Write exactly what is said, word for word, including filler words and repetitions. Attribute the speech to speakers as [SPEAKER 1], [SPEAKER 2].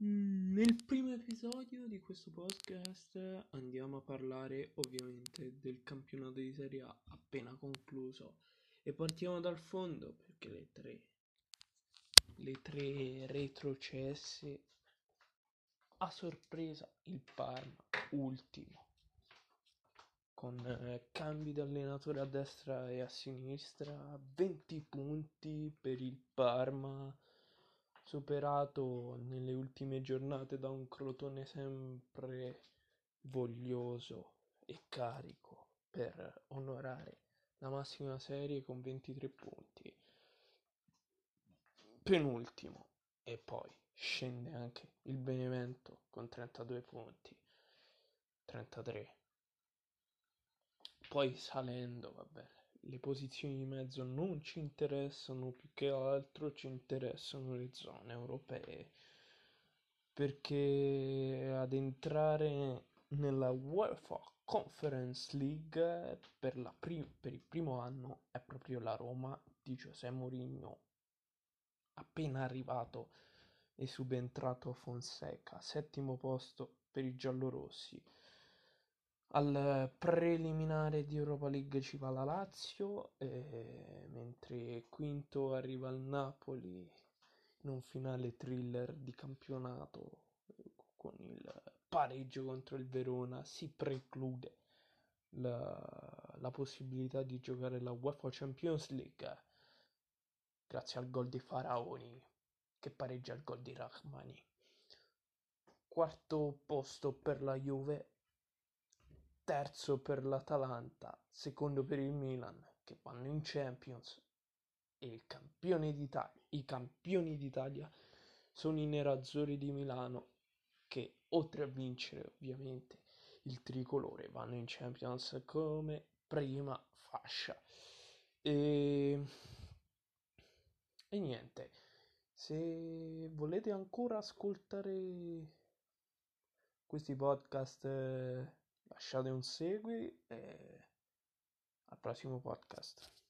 [SPEAKER 1] Mm, Nel primo episodio di questo podcast andiamo a parlare ovviamente del campionato di Serie A appena concluso e partiamo dal fondo perché le tre, le tre retrocesse a sorpresa il Parma ultimo con eh, cambi di allenatore a destra e a sinistra, venti punti per il Parma, superato nelle ultime giornate da un Crotone sempre voglioso e carico per onorare la massima serie con ventitré punti. Penultimo, e poi scende anche il Benevento con trentadue punti, trentatré. Poi salendo, vabbè, le posizioni di mezzo non ci interessano, più che altro ci interessano le zone europee, perché ad entrare nella UEFA Conference League per, la pri- per il primo anno è proprio la Roma di José Mourinho, appena arrivato e subentrato a Fonseca, settimo posto per i giallorossi. Al preliminare di Europa League ci va la Lazio, e mentre quinto arriva il Napoli in un finale thriller di campionato con il pareggio contro il Verona. Si preclude la, la possibilità di giocare la UEFA Champions League grazie al gol di Faraoni che pareggia il gol di Rahmani. Quarto posto per la Juve, terzo per l'Atalanta, secondo per il Milan che vanno in Champions, e il campione d'Italia, i campioni d'Italia sono i nerazzurri di Milano che, oltre a vincere ovviamente il tricolore, vanno in Champions come prima fascia. E, e niente, se volete ancora ascoltare questi podcast, eh, lasciate un segui e al prossimo podcast.